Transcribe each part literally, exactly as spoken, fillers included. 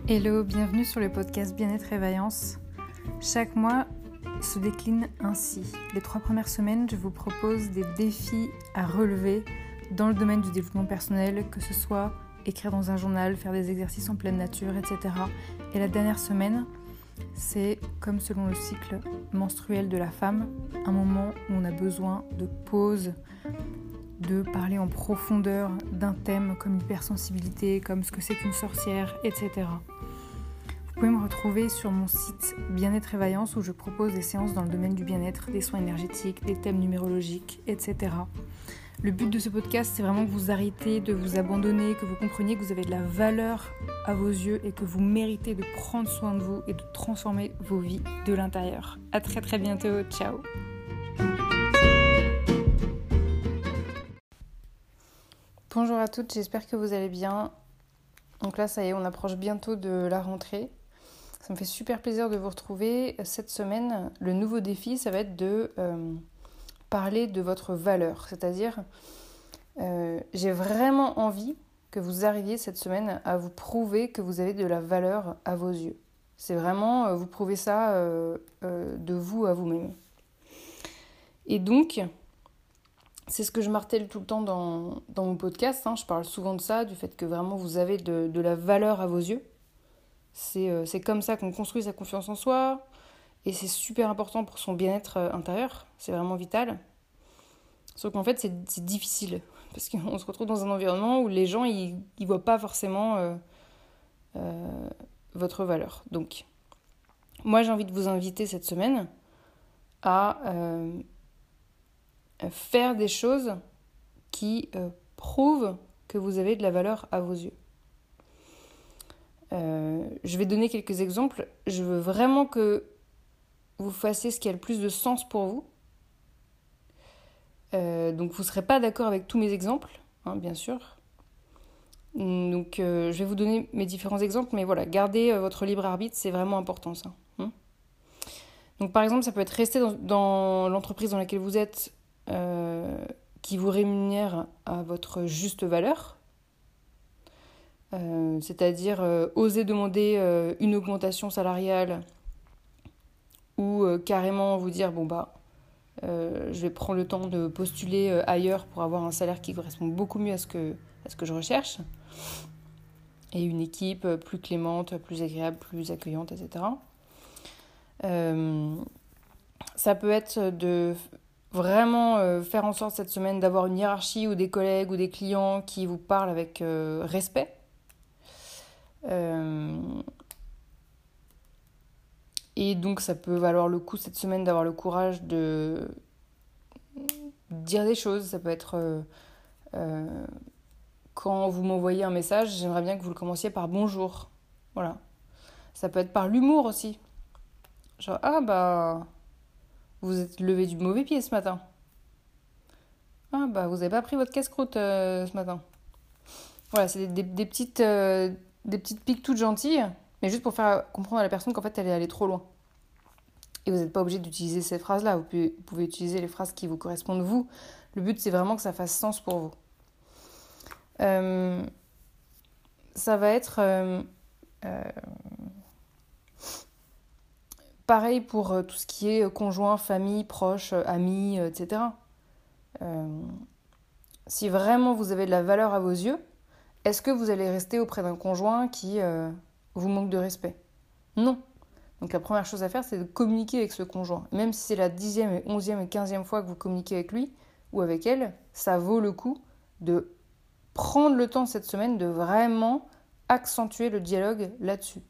Hello, bienvenue sur le podcast Bien-être et Vaillance. Chaque mois se décline ainsi. Les trois premières semaines, je vous propose des défis à relever dans le domaine du développement personnel, que ce soit écrire dans un journal, faire des exercices en pleine nature, et cetera. Et la dernière semaine, c'est comme selon le cycle menstruel de la femme, un moment où on a besoin de pause, de parler en profondeur d'un thème comme l'hypersensibilité, comme ce que c'est qu'une sorcière, et cetera. Vous pouvez me retrouver sur mon site Bien-être et Vaillance où je propose des séances dans le domaine du bien-être, des soins énergétiques, des thèmes numérologiques, et cetera. Le but de ce podcast, c'est vraiment que vous arrêtez de vous abandonner, que vous compreniez que vous avez de la valeur à vos yeux et que vous méritez de prendre soin de vous et de transformer vos vies de l'intérieur. À très très bientôt, ciao. Bonjour à toutes, j'espère que vous allez bien. Donc là, ça y est, on approche bientôt de la rentrée. Ça me fait super plaisir de vous retrouver. Cette semaine, le nouveau défi, ça va être de euh, parler de votre valeur. C'est-à-dire, euh, j'ai vraiment envie que vous arriviez cette semaine à vous prouver que vous avez de la valeur à vos yeux. C'est vraiment, euh, vous prouvez ça euh, euh, de vous à vous-même. Et donc, c'est ce que je martèle tout le temps dans, dans mon podcast. Hein. Je parle souvent de ça, du fait que vraiment vous avez de, de la valeur à vos yeux. C'est, euh, c'est comme ça qu'on construit sa confiance en soi. Et c'est super important pour son bien-être intérieur. C'est vraiment vital. Sauf qu'en fait, c'est, c'est difficile. Parce qu'on se retrouve dans un environnement où les gens, ils ne voient pas forcément euh, euh, votre valeur. Donc, moi, j'ai envie de vous inviter cette semaine à euh, faire des choses qui euh, prouvent que vous avez de la valeur à vos yeux. Euh, je vais donner quelques exemples. Je veux vraiment que vous fassiez ce qui a le plus de sens pour vous. Euh, donc vous ne serez pas d'accord avec tous mes exemples, hein, bien sûr. Donc euh, je vais vous donner mes différents exemples, mais voilà, gardez euh, votre libre arbitre, c'est vraiment important ça. Hein. Donc par exemple, ça peut être rester dans, dans l'entreprise dans laquelle vous êtes, euh, qui vous rémunère à votre juste valeur. Euh, c'est-à-dire euh, oser demander euh, une augmentation salariale ou euh, carrément vous dire bon bah euh, je vais prendre le temps de postuler euh, ailleurs pour avoir un salaire qui correspond beaucoup mieux à ce que, à ce que je recherche et une équipe plus clémente, plus agréable, plus accueillante, et cetera. Euh, ça peut être de vraiment euh, faire en sorte cette semaine d'avoir une hiérarchie ou des collègues ou des clients qui vous parlent avec euh, respect. Euh, et donc ça peut valoir le coup cette semaine d'avoir le courage de dire des choses. Ça peut être euh, euh, quand vous m'envoyez un message, j'aimerais bien que vous le commenciez par bonjour. Voilà. Ça peut être par l'humour aussi. Genre ah bah vous êtes levé du mauvais pied ce matin. Ah bah vous avez pas pris votre casse-croûte euh, ce matin. Voilà, c'est des, des, des petites euh, des petites piques toutes gentilles, mais juste pour faire comprendre à la personne qu'en fait elle est allée trop loin. Et vous n'êtes pas obligé d'utiliser ces phrases-là, vous pouvez, vous pouvez utiliser les phrases qui vous correspondent vous. Le but c'est vraiment que ça fasse sens pour vous. Euh, ça va être euh, euh, pareil pour tout ce qui est conjoint, famille, proche, amis, et cetera. Euh, si vraiment vous avez de la valeur à vos yeux, est-ce que vous allez rester auprès d'un conjoint qui euh, vous manque de respect ? Non. Donc la première chose à faire, c'est de communiquer avec ce conjoint. Même si c'est la dixième, et onzième et quinzième fois que vous communiquez avec lui ou avec elle, ça vaut le coup de prendre le temps cette semaine de vraiment accentuer le dialogue là-dessus.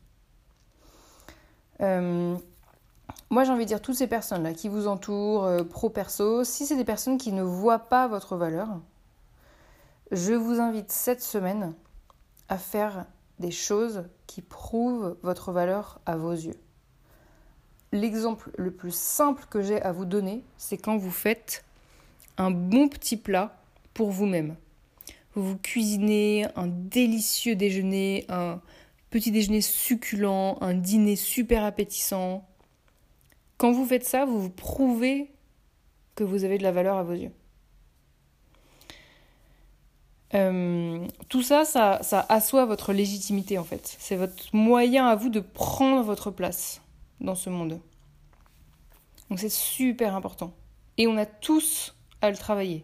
Euh, moi, j'ai envie de dire toutes ces personnes-là qui vous entourent, euh, pro-perso, si c'est des personnes qui ne voient pas votre valeur, je vous invite cette semaine à faire des choses qui prouvent votre valeur à vos yeux. L'exemple le plus simple que j'ai à vous donner, c'est quand vous faites un bon petit plat pour vous-même. Vous vous cuisinez un délicieux déjeuner, un petit déjeuner succulent, un dîner super appétissant. Quand vous faites ça, vous vous prouvez que vous avez de la valeur à vos yeux. Euh, tout ça, ça, ça assoit votre légitimité en fait. C'est votre moyen à vous de prendre votre place dans ce monde. Donc c'est super important. Et on a tous à le travailler.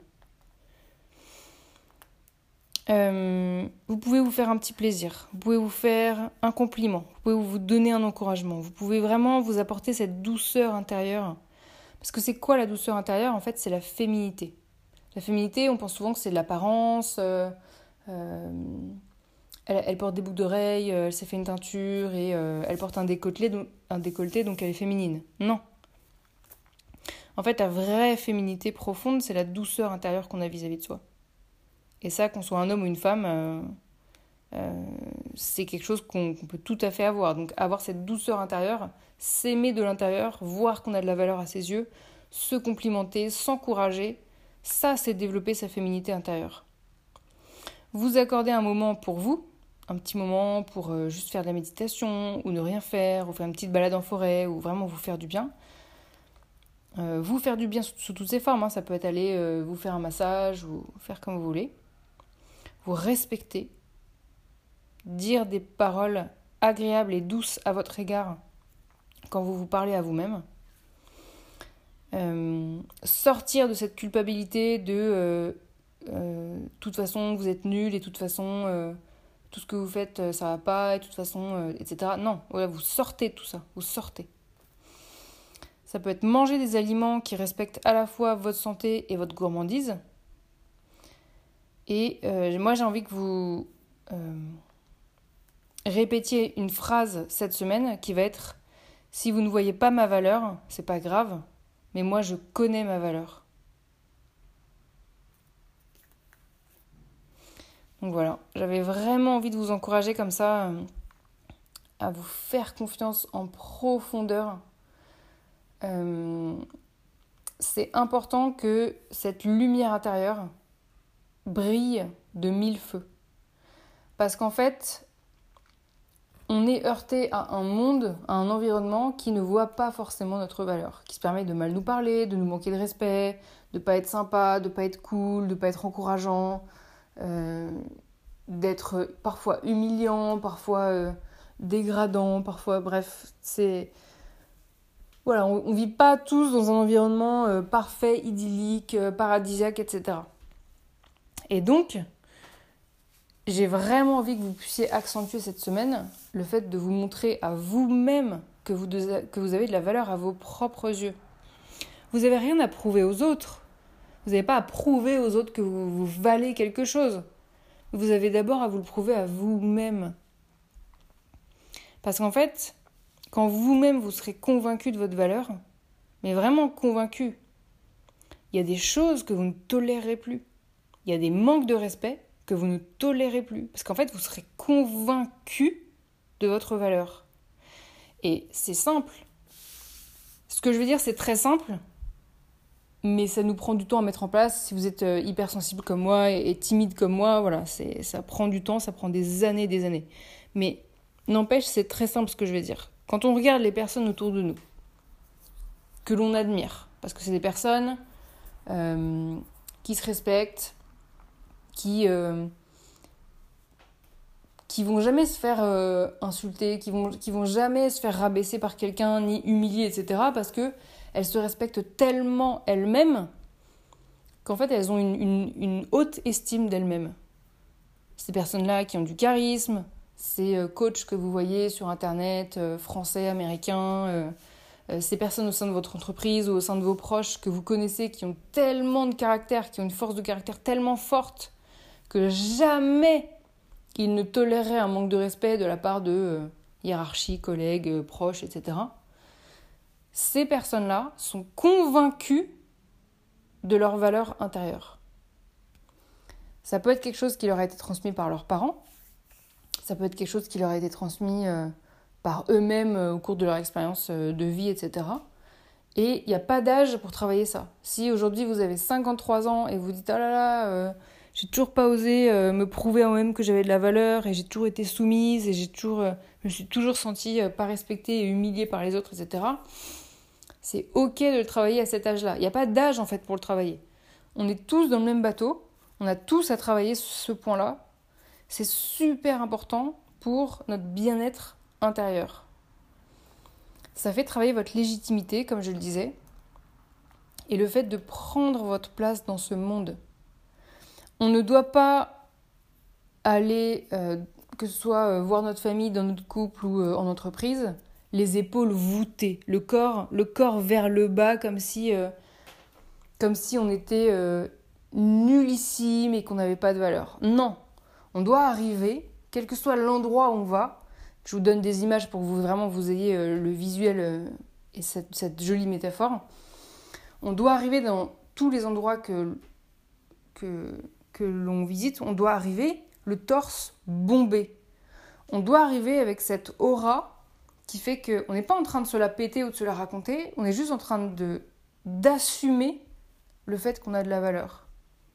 Euh, vous pouvez vous faire un petit plaisir, vous pouvez vous faire un compliment, vous pouvez vous donner un encouragement, vous pouvez vraiment vous apporter cette douceur intérieure. Parce que c'est quoi la douceur intérieure ? En fait, c'est la féminité. La féminité, on pense souvent que c'est de l'apparence, euh, euh, elle, elle porte des boucles d'oreilles, euh, elle s'est fait une teinture et euh, elle porte un décolleté, donc, un décolleté, donc elle est féminine. Non. En fait, la vraie féminité profonde, c'est la douceur intérieure qu'on a vis-à-vis de soi. Et ça, qu'on soit un homme ou une femme, euh, euh, c'est quelque chose qu'on, qu'on peut tout à fait avoir. Donc avoir cette douceur intérieure, s'aimer de l'intérieur, voir qu'on a de la valeur à ses yeux, se complimenter, s'encourager, ça c'est développer sa féminité intérieure. Vous accordez un moment pour vous, un petit moment pour euh, juste faire de la méditation, ou ne rien faire, ou faire une petite balade en forêt, ou vraiment vous faire du bien. Euh, vous faire du bien sous, sous toutes ses formes, hein. Ça peut être aller euh, vous faire un massage, ou faire comme vous voulez. Vous respecter, dire des paroles agréables et douces à votre égard quand vous vous parlez à vous-même. Euh, sortir de cette culpabilité de euh, euh, toute façon vous êtes nul et de toute façon euh, tout ce que vous faites euh, ça va pas et de toute façon euh, et cetera. Non, voilà, vous sortez de tout ça, vous sortez. Ça peut être manger des aliments qui respectent à la fois votre santé et votre gourmandise. Et euh, moi, j'ai envie que vous euh, répétiez une phrase cette semaine qui va être « Si vous ne voyez pas ma valeur, c'est pas grave, mais moi, je connais ma valeur. » Donc voilà, j'avais vraiment envie de vous encourager comme ça euh, à vous faire confiance en profondeur. Euh, c'est important que cette lumière intérieure brille de mille feux. Parce qu'en fait, on est heurté à un monde, à un environnement qui ne voit pas forcément notre valeur, qui se permet de mal nous parler, de nous manquer de respect, de pas être sympa, de pas être cool, de pas être encourageant, euh, d'être parfois humiliant, parfois euh, dégradant, parfois, bref, c'est... Voilà, on ne vit pas tous dans un environnement euh, parfait, idyllique, euh, paradisiaque, et cetera. Et donc, j'ai vraiment envie que vous puissiez accentuer cette semaine le fait de vous montrer à vous-même que vous, de, que vous avez de la valeur à vos propres yeux. Vous n'avez rien à prouver aux autres. Vous n'avez pas à prouver aux autres que vous, vous valez quelque chose. Vous avez d'abord à vous le prouver à vous-même. Parce qu'en fait, quand vous-même vous serez convaincu de votre valeur, mais vraiment convaincu, il y a des choses que vous ne tolérerez plus. Il y a des manques de respect que vous ne tolérez plus. Parce qu'en fait, vous serez convaincu de votre valeur. Et c'est simple. Ce que je veux dire, c'est très simple, mais ça nous prend du temps à mettre en place. Si vous êtes hypersensible comme moi et timide comme moi, voilà, c'est, ça prend du temps, ça prend des années, des années. Mais n'empêche, c'est très simple ce que je vais dire. Quand on regarde les personnes autour de nous, que l'on admire, parce que c'est des personnes euh, qui se respectent, qui euh, qui vont jamais se faire euh, insulter, qui vont qui vont jamais se faire rabaisser par quelqu'un ni humilier, et cetera. Parce que elles se respectent tellement elles-mêmes qu'en fait elles ont une, une, une haute estime d'elles-mêmes. Ces personnes-là qui ont du charisme, ces euh, coachs que vous voyez sur internet, euh, français, américains, euh, euh, ces personnes au sein de votre entreprise ou au sein de vos proches que vous connaissez qui ont tellement de caractère, qui ont une force de caractère tellement forte que jamais ils ne toléreraient un manque de respect de la part de euh, hiérarchie, collègues, euh, proches, et cetera. Ces personnes-là sont convaincues de leur valeur intérieure. Ça peut être quelque chose qui leur a été transmis par leurs parents, ça peut être quelque chose qui leur a été transmis euh, par eux-mêmes euh, au cours de leur expérience euh, de vie, et cetera. Et il n'y a pas d'âge pour travailler ça. Si aujourd'hui vous avez cinquante-trois ans et vous dites « Ah là là, euh, j'ai toujours pas osé euh, me prouver à moi-même que j'avais de la valeur et j'ai toujours été soumise et j'ai toujours, euh, je me suis toujours sentie euh, pas respectée et humiliée par les autres, et cetera » C'est ok de le travailler à cet âge-là. Il n'y a pas d'âge en fait pour le travailler. On est tous dans le même bateau. On a tous à travailler ce point-là. C'est super important pour notre bien-être intérieur. Ça fait travailler votre légitimité, comme je le disais, et le fait de prendre votre place dans ce monde. On ne doit pas aller, euh, que ce soit euh, voir notre famille dans notre couple ou euh, en entreprise, les épaules voûtées, le corps, le corps vers le bas, comme si, euh, comme si on était euh, nullissime et qu'on n'avait pas de valeur. Non, on doit arriver, quel que soit l'endroit où on va. Je vous donne des images pour que vous vraiment vous ayez euh, le visuel euh, et cette, cette jolie métaphore. On doit arriver dans tous les endroits que, que, que l'on visite, on doit arriver le torse bombé. On doit arriver avec cette aura qui fait qu'on n'est pas en train de se la péter ou de se la raconter, on est juste en train de, d'assumer le fait qu'on a de la valeur.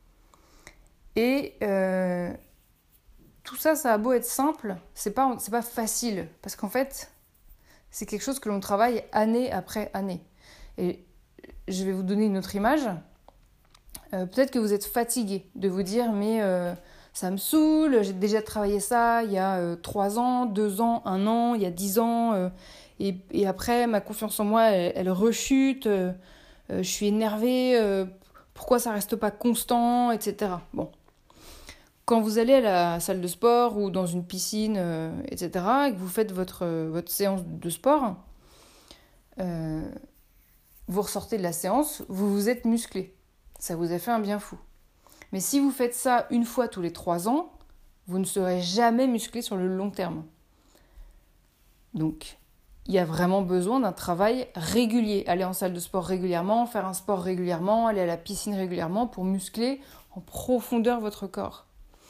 Et euh, tout ça, ça a beau être simple, c'est pas, c'est pas facile, parce qu'en fait, c'est quelque chose que l'on travaille année après année. Et je vais vous donner une autre image. Euh, peut-être que vous êtes fatigué de vous dire, mais euh, ça me saoule, j'ai déjà travaillé ça il y a euh, trois ans, deux ans, un an, il y a dix ans, euh, et, et après, ma confiance en moi, elle, elle rechute, euh, euh, je suis énervée, euh, pourquoi ça reste pas constant, et cetera. Bon. Quand vous allez à la salle de sport ou dans une piscine, euh, et cetera, et que vous faites votre, euh, votre séance de sport, euh, vous ressortez de la séance, vous vous êtes musclé. Ça vous a fait un bien fou. Mais si vous faites ça une fois tous les trois ans, vous ne serez jamais musclé sur le long terme. Donc, il y a vraiment besoin d'un travail régulier. Aller en salle de sport régulièrement, faire un sport régulièrement, aller à la piscine régulièrement pour muscler en profondeur votre corps.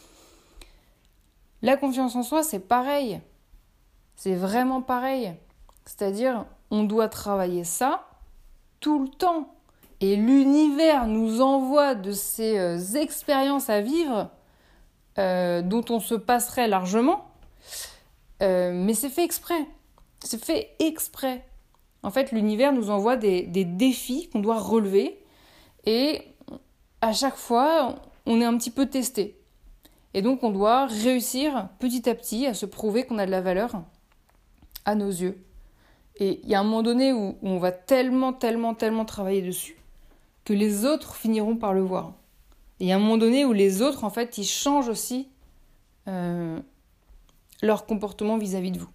La confiance en soi, c'est pareil. C'est vraiment pareil. C'est-à-dire, on doit travailler ça tout le temps. Et l'univers nous envoie de ces euh, expériences à vivre euh, dont on se passerait largement. Euh, mais c'est fait exprès. C'est fait exprès. En fait, l'univers nous envoie des, des défis qu'on doit relever. Et à chaque fois, on est un petit peu testé. Et donc, on doit réussir petit à petit à se prouver qu'on a de la valeur à nos yeux. Et il y a un moment donné où on va tellement, tellement, tellement travailler dessus que les autres finiront par le voir. Et il y a un moment donné où les autres, en fait, ils changent aussi euh, leur comportement vis-à-vis de vous.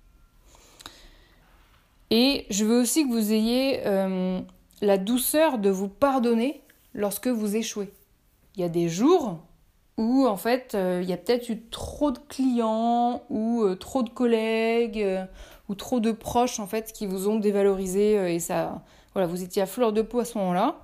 Et je veux aussi que vous ayez euh, la douceur de vous pardonner lorsque vous échouez. Il y a des jours où, en fait, euh, il y a peut-être eu trop de clients ou euh, trop de collègues euh, ou trop de proches, en fait, qui vous ont dévalorisé euh, et ça, voilà, vous étiez à fleur de peau à ce moment-là.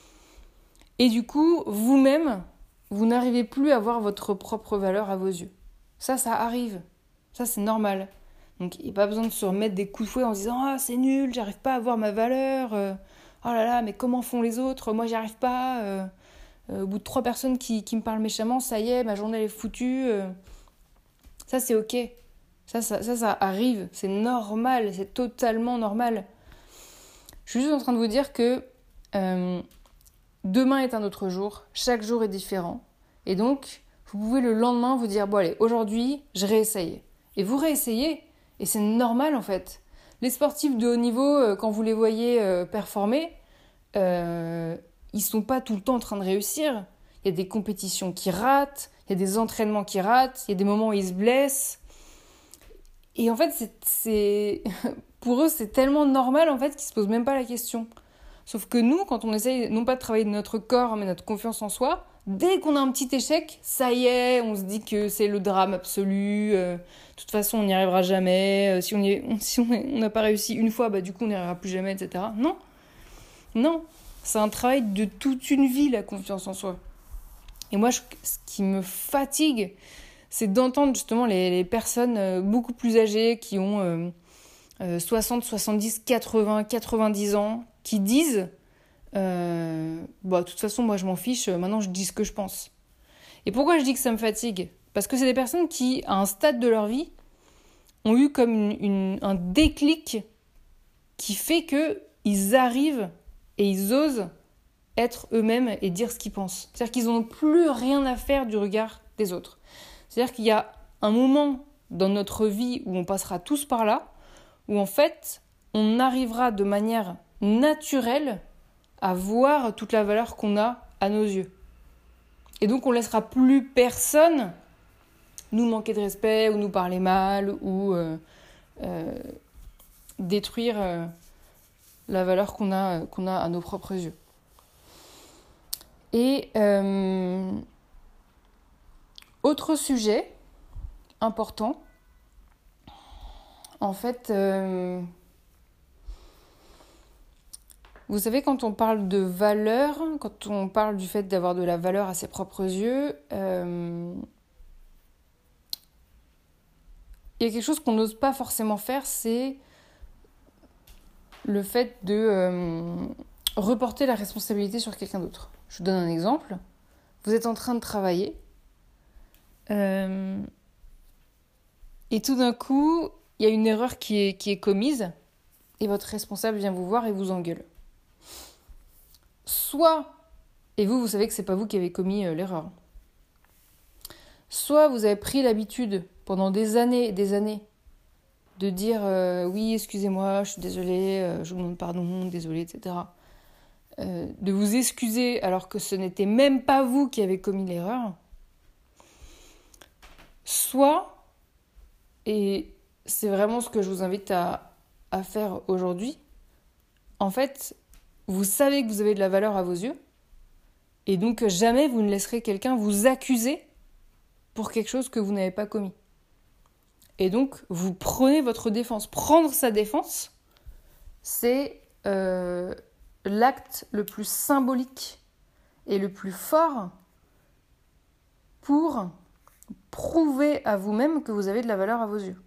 Et du coup, vous-même, vous n'arrivez plus à voir votre propre valeur à vos yeux. Ça, ça arrive. Ça, c'est normal. Donc, il n'y a pas besoin de se remettre des coups de fouet en se disant « Ah, c'est nul, j'arrive pas à voir ma valeur. Euh, oh là là, mais comment font les autres? Moi, j'y arrive pas. Euh, euh, au bout de trois personnes qui, qui me parlent méchamment, ça y est, ma journée elle est foutue. Euh. » Ça, c'est OK. Ça ça, ça, ça arrive. C'est normal. C'est totalement normal. Je suis juste en train de vous dire que euh, demain est un autre jour. Chaque jour est différent. Et donc, vous pouvez le lendemain vous dire « Bon, allez, aujourd'hui, je réessaye. » Et vous réessayez. Et c'est normal, en fait. Les sportifs de haut niveau, euh, quand vous les voyez euh, performer, euh, ils ne sont pas tout le temps en train de réussir. Il y a des compétitions qui ratent, il y a des entraînements qui ratent, il y a des moments où ils se blessent. Et en fait, c'est, c'est... pour eux, c'est tellement normal, en fait, qu'ils ne se posent même pas la question. Sauf que nous, quand on essaye, non pas de travailler notre corps, mais notre confiance en soi, dès qu'on a un petit échec, ça y est, on se dit que c'est le drame absolu. Euh, de toute façon, on n'y arrivera jamais. Euh, si on y, on, si on n'a pas réussi une fois, bah, du coup, on n'y arrivera plus jamais, et cetera. Non. Non. C'est un travail de toute une vie, la confiance en soi. Et moi, je, ce qui me fatigue, c'est d'entendre justement les, les personnes euh, beaucoup plus âgées qui ont euh, euh, soixante, soixante-dix, quatre-vingts, quatre-vingt-dix ans, qui disent euh, bah, de toute façon, moi, je m'en fiche, maintenant, je dis ce que je pense. Et pourquoi je dis que ça me fatigue ? Parce que c'est des personnes qui, à un stade de leur vie, ont eu comme une, une, un déclic qui fait qu'ils arrivent et ils osent être eux-mêmes et dire ce qu'ils pensent. C'est-à-dire qu'ils n'ont plus rien à faire du regard des autres. C'est-à-dire qu'il y a un moment dans notre vie où on passera tous par là, où en fait, on arrivera de manière naturelle à voir toute la valeur qu'on a à nos yeux. Et donc, on ne laissera plus personne nous manquer de respect ou nous parler mal ou euh, euh, détruire euh, la valeur qu'on a, qu'on a à nos propres yeux. Et euh, autre sujet important, en fait, euh, vous savez, quand on parle de valeur, quand on parle du fait d'avoir de la valeur à ses propres yeux, euh, il y a quelque chose qu'on n'ose pas forcément faire, c'est le fait de euh, reporter la responsabilité sur quelqu'un d'autre. Je vous donne un exemple. Vous êtes en train de travailler euh, et tout d'un coup, il y a une erreur qui est, qui est commise et votre responsable vient vous voir et vous engueule. Soit, et vous, vous savez que c'est pas vous qui avez commis euh, l'erreur. Soit vous avez pris l'habitude pendant des années et des années de dire euh, oui, excusez-moi, je suis désolée, euh, je vous demande pardon, désolée, et cetera. Euh, de vous excuser alors que ce n'était même pas vous qui avez commis l'erreur. Soit, et c'est vraiment ce que je vous invite à, à faire aujourd'hui, en fait, vous savez que vous avez de la valeur à vos yeux, et donc jamais vous ne laisserez quelqu'un vous accuser pour quelque chose que vous n'avez pas commis. Et donc, vous prenez votre défense. Prendre sa défense, c'est euh, l'acte le plus symbolique et le plus fort pour prouver à vous-même que vous avez de la valeur à vos yeux.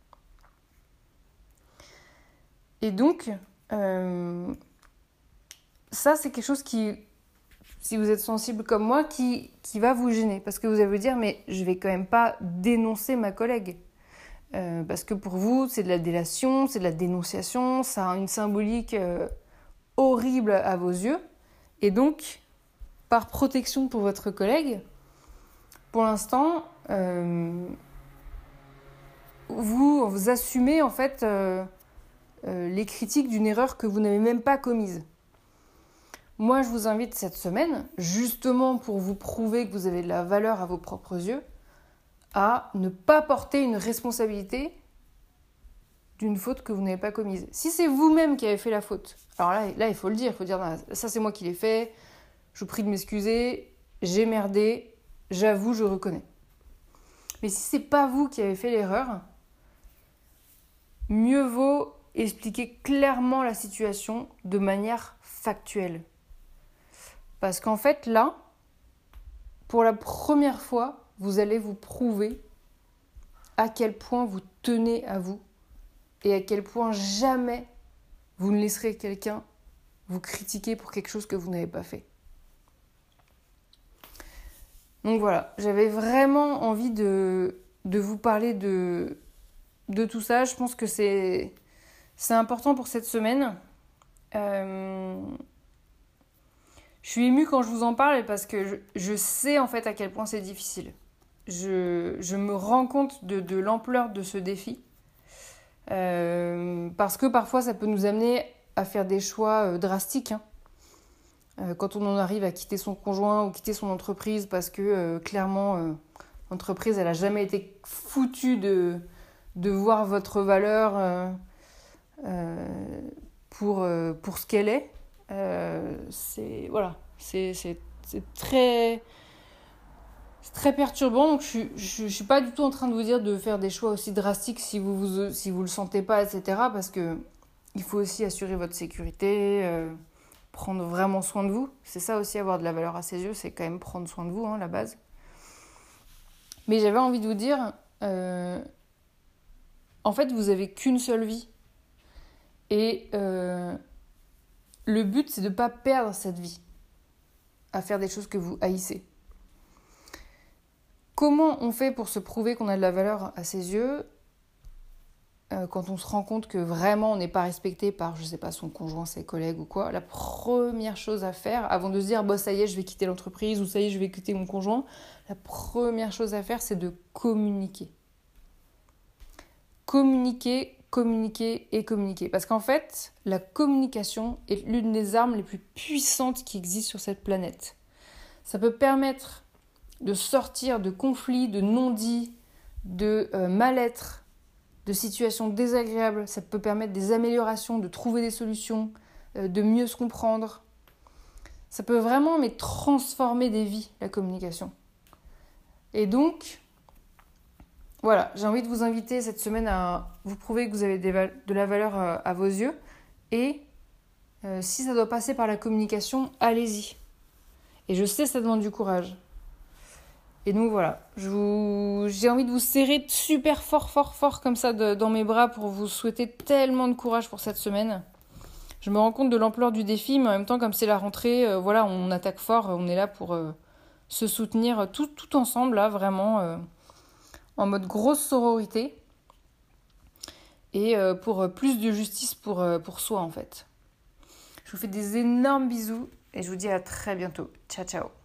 Et donc, euh, ça, c'est quelque chose qui, si vous êtes sensible comme moi, qui, qui va vous gêner. Parce que vous allez vous dire, mais je vais quand même pas dénoncer ma collègue. Euh, parce que pour vous, c'est de la délation, c'est de la dénonciation, ça a une symbolique euh, horrible à vos yeux. Et donc, par protection pour votre collègue, pour l'instant, euh, vous, vous assumez en fait euh, euh, les critiques d'une erreur que vous n'avez même pas commise. Moi, je vous invite cette semaine, justement pour vous prouver que vous avez de la valeur à vos propres yeux, à ne pas porter une responsabilité d'une faute que vous n'avez pas commise. Si c'est vous-même qui avez fait la faute, alors là, là il faut le dire, il faut dire, ça c'est moi qui l'ai fait, je vous prie de m'excuser, j'ai merdé, j'avoue, je reconnais. Mais si c'est pas vous qui avez fait l'erreur, mieux vaut expliquer clairement la situation de manière factuelle. Parce qu'en fait, là, pour la première fois, vous allez vous prouver à quel point vous tenez à vous et à quel point jamais vous ne laisserez quelqu'un vous critiquer pour quelque chose que vous n'avez pas fait. Donc voilà, j'avais vraiment envie de, de vous parler de, de tout ça. Je pense que c'est, c'est important pour cette semaine. Euh, je suis émue quand je vous en parle parce que je, je sais en fait à quel point c'est difficile. Je, je me rends compte de, de l'ampleur de ce défi. Euh, parce que parfois ça peut nous amener à faire des choix euh, drastiques. Hein. Euh, quand on en arrive à quitter son conjoint ou quitter son entreprise parce que euh, clairement euh, l'entreprise elle n'a jamais été foutue de, de voir votre valeur euh, euh, pour, euh, pour ce qu'elle est. Euh, c'est, voilà, c'est, c'est, c'est très... C'est très perturbant, donc je ne suis pas du tout en train de vous dire de faire des choix aussi drastiques si vous vous, si vous le sentez pas, et cetera. Parce que il faut aussi assurer votre sécurité, euh, prendre vraiment soin de vous. C'est ça aussi, avoir de la valeur à ses yeux, c'est quand même prendre soin de vous, hein, la base. Mais j'avais envie de vous dire, euh, en fait, vous avez qu'une seule vie. Et euh, le but, c'est de ne pas perdre cette vie à faire des choses que vous haïssez. Comment on fait pour se prouver qu'on a de la valeur à ses yeux ? euh, quand on se rend compte que vraiment on n'est pas respecté par, je sais pas, son conjoint, ses collègues ou quoi, la première chose à faire, avant de se dire, bah, ça y est, je vais quitter l'entreprise ou ça y est, je vais quitter mon conjoint, la première chose à faire, c'est de communiquer. Communiquer, communiquer et communiquer. Parce qu'en fait, la communication est l'une des armes les plus puissantes qui existent sur cette planète. Ça peut permettre de sortir de conflits, de non-dits, de euh, mal-être, de situations désagréables. Ça peut permettre des améliorations, de trouver des solutions, euh, de mieux se comprendre. Ça peut vraiment mais, transformer des vies, la communication. Et donc, voilà, j'ai envie de vous inviter cette semaine à vous prouver que vous avez des val- de la valeur euh, à vos yeux. Et euh, si ça doit passer par la communication, allez-y. Et je sais, ça demande du courage. Et donc voilà, je vous... j'ai envie de vous serrer super fort, fort, fort comme ça de... dans mes bras pour vous souhaiter tellement de courage pour cette semaine. Je me rends compte de l'ampleur du défi, mais en même temps, comme c'est la rentrée, euh, voilà, on attaque fort, on est là pour euh, se soutenir tout, tout ensemble, là, vraiment, euh, en mode grosse sororité. Et euh, pour plus de justice pour, euh, pour soi, en fait. Je vous fais des énormes bisous et je vous dis à très bientôt. Ciao, ciao.